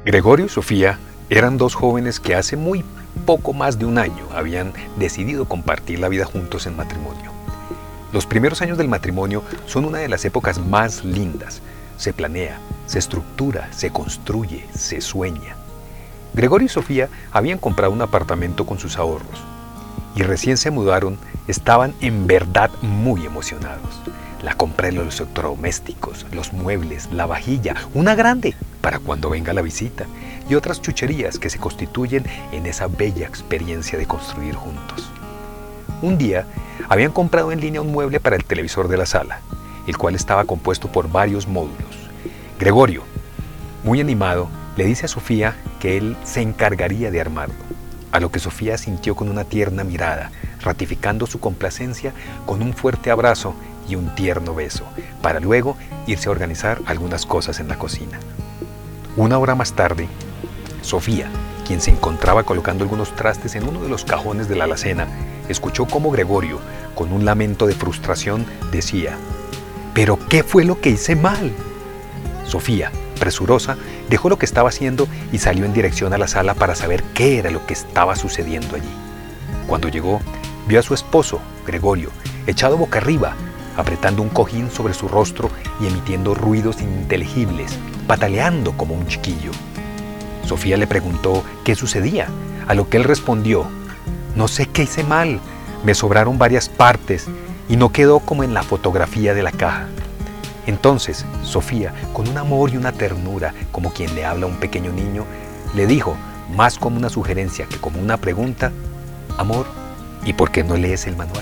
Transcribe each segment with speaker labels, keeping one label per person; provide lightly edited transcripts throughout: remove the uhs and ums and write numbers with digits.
Speaker 1: Gregorio y Sofía eran dos jóvenes que hace muy poco más de un año habían decidido compartir la vida juntos en matrimonio. Los primeros años del matrimonio son una de las épocas más lindas. Se planea, se estructura, se construye, se sueña. Gregorio y Sofía habían comprado un apartamento con sus ahorros y recién se mudaron, estaban en verdad muy emocionados. La compra de los electrodomésticos, los muebles, la vajilla, una grande para cuando venga la visita y otras chucherías que se constituyen en esa bella experiencia de construir juntos. Un día habían comprado en línea un mueble para el televisor de la sala, el cual estaba compuesto por varios módulos. Gregorio, muy animado, le dice a Sofía que él se encargaría de armarlo, a lo que Sofía sintió con una tierna mirada, ratificando su complacencia con un fuerte abrazo y un tierno beso, para luego irse a organizar algunas cosas en la cocina. Una hora más tarde, Sofía, quien se encontraba colocando algunos trastes en uno de los cajones de la alacena, escuchó cómo Gregorio, con un lamento de frustración, decía: «¿Pero qué fue lo que hice mal?». Sofía, presurosa, dejó lo que estaba haciendo y salió en dirección a la sala para saber qué era lo que estaba sucediendo allí. Cuando llegó, vio a su esposo, Gregorio, echado boca arriba, apretando un cojín sobre su rostro y emitiendo ruidos ininteligibles, pataleando como un chiquillo. Sofía le preguntó qué sucedía, a lo que él respondió: «No sé qué hice mal, me sobraron varias partes y no quedó como en la fotografía de la caja». Entonces, Sofía, con un amor y una ternura, como quien le habla a un pequeño niño, le dijo, más como una sugerencia que como una pregunta: «Amor, ¿y por qué no lees el manual?».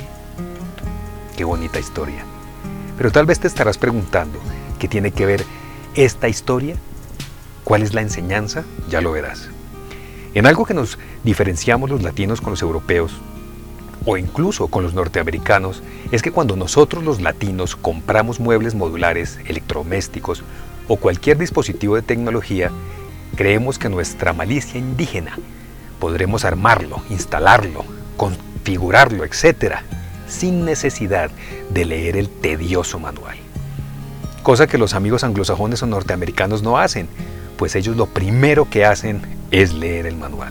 Speaker 1: Qué bonita historia. Pero tal vez te estarás preguntando, ¿qué tiene que ver esta historia? ¿Cuál es la enseñanza? Ya lo verás. En algo que nos diferenciamos los latinos con los europeos, o incluso con los norteamericanos, es que cuando nosotros los latinos compramos muebles modulares, electrodomésticos o cualquier dispositivo de tecnología, creemos que nuestra malicia indígena podremos armarlo, instalarlo, configurarlo, etc., sin necesidad de leer el tedioso manual. Cosa que los amigos anglosajones o norteamericanos no hacen, pues ellos lo primero que hacen es leer el manual.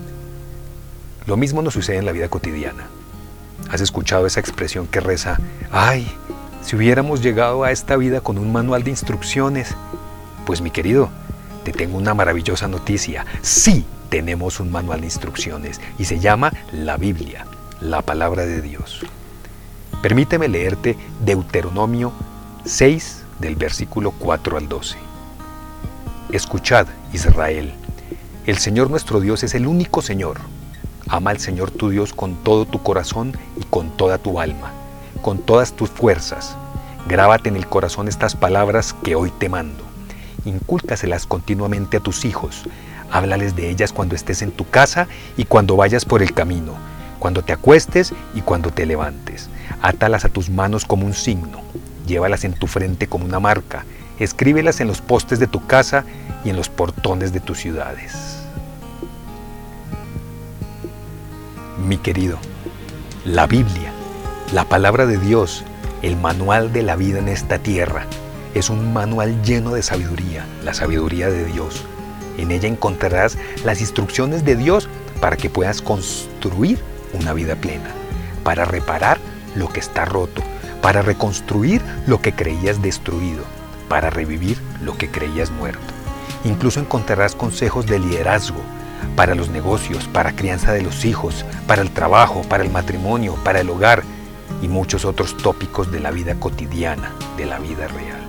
Speaker 1: Lo mismo nos sucede en la vida cotidiana. ¿Has escuchado esa expresión que reza: «Ay, si hubiéramos llegado a esta vida con un manual de instrucciones»? Pues mi querido, te tengo una maravillosa noticia. Sí, tenemos un manual de instrucciones y se llama la Biblia, la palabra de Dios. Permíteme leerte Deuteronomio 6 del versículo 4 al 12. Escuchad, Israel, el Señor nuestro Dios es el único Señor. Ama al Señor tu Dios con todo tu corazón y con toda tu alma, con todas tus fuerzas. Grábate en el corazón estas palabras que hoy te mando. Incúlcaselas continuamente a tus hijos. Háblales de ellas cuando estés en tu casa y cuando vayas por el camino, cuando te acuestes y cuando te levantes. Átalas a tus manos como un signo. Llévalas en tu frente como una marca. Escríbelas en los postes de tu casa y en los portones de tus ciudades. Mi querido, la Biblia, la palabra de Dios, el manual de la vida en esta tierra, es un manual lleno de sabiduría, la sabiduría de Dios. En ella encontrarás las instrucciones de Dios para que puedas construir una vida plena, para reparar lo que está roto, para reconstruir lo que creías destruido, para revivir lo que creías muerto. Incluso encontrarás consejos de liderazgo para los negocios, para crianza de los hijos, para el trabajo, para el matrimonio, para el hogar y muchos otros tópicos de la vida cotidiana, de la vida real.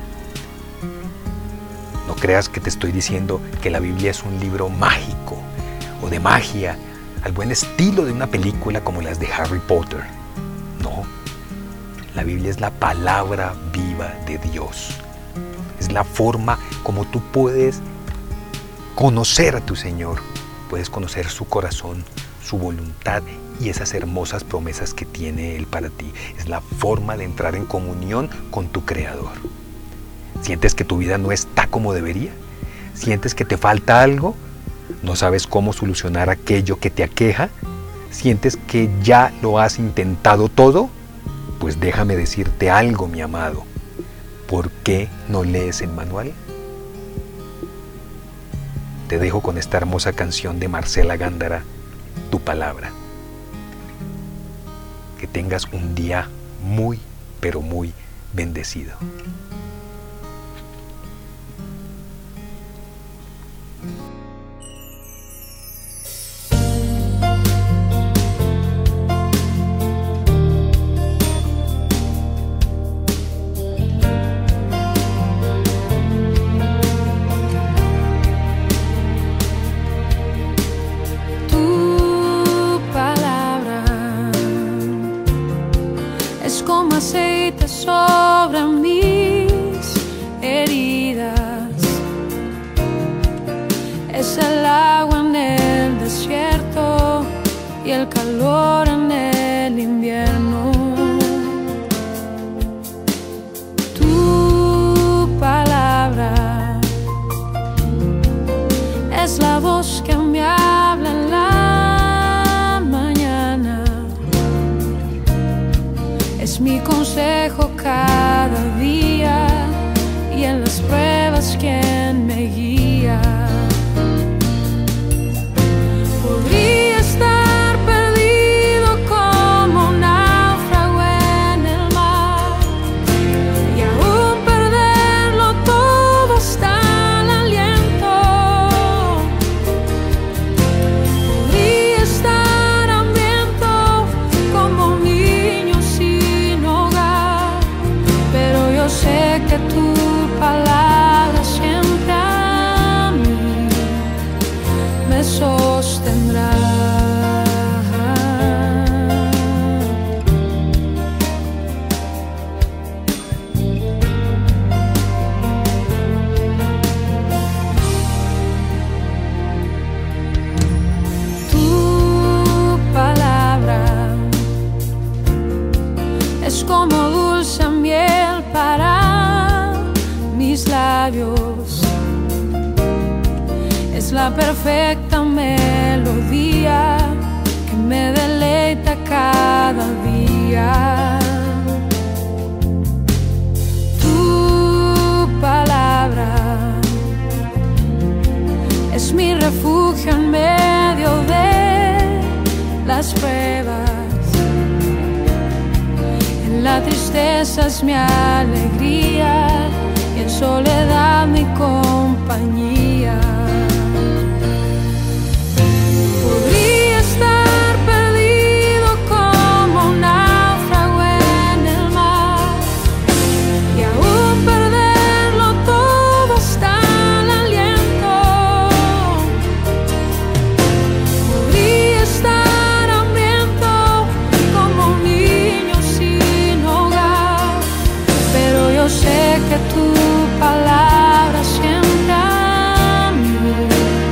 Speaker 1: No creas que te estoy diciendo que la Biblia es un libro mágico o de magia, al buen estilo de una película como las de Harry Potter. No, la Biblia es la palabra viva de Dios. Es la forma como tú puedes conocer a tu Señor, puedes conocer su corazón, su voluntad y esas hermosas promesas que tiene Él para ti. Es la forma de entrar en comunión con tu Creador. ¿Sientes que tu vida no está como debería? ¿Sientes que te falta algo? ¿No sabes cómo solucionar aquello que te aqueja? ¿Sientes que ya lo has intentado todo? Pues déjame decirte algo, mi amado. ¿Por qué no lees el manual? te dejo con esta hermosa canción de Marcela Gándara, Tu Palabra. Que tengas un día muy, pero muy bendecido.
Speaker 2: Como aceite sobre mis heridas, es el agua en el desierto y el calor en el invierno. Tu palabra es la voz que me habla en la mañana. Es mi consejo cada día y en las pruebas quien me guía. Podría estar perdido como un náufrago en el mar y aún perderlo todo hasta el aliento. Podría estar hambriento como un niño sin hogar, pero yo sé que tu palabra siempre a mí me sostendrá. Tu palabra es como dulce miel para mis labios, es la perfecta melodía que me deleita cada día. Tu palabra es mi refugio en medio de las pruebas. La tristeza es mi alegría y en soledad mi compañía. Podría estar perdido como un náufrago en el mar y aún perderlo todo hasta el aliento. Podría estar hambriento como un niño sin hogar, pero yo sé que tu palabra siempre a mí.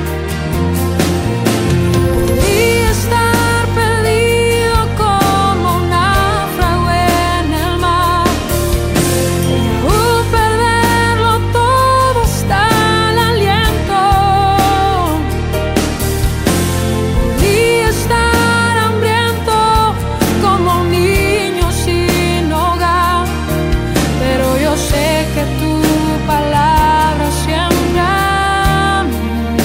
Speaker 2: Podría estar perdido como un náufrago en el mar y aún perderlo todo hasta el aliento. Podría estar hambriento como un niño sin hogar, pero yo sé que tu palabra siempre a mí.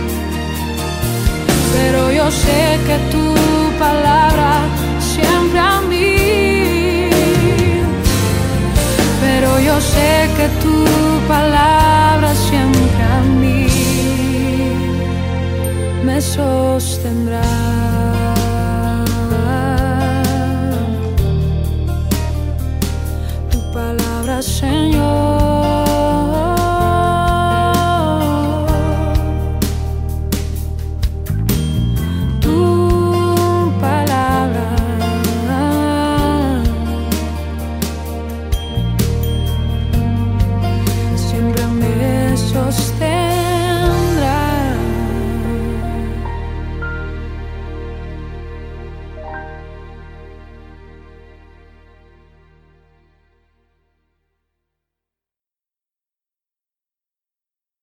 Speaker 2: Pero yo sé que tu palabra siempre a mí. Pero yo sé que tu palabra siempre a mí me sostendrá.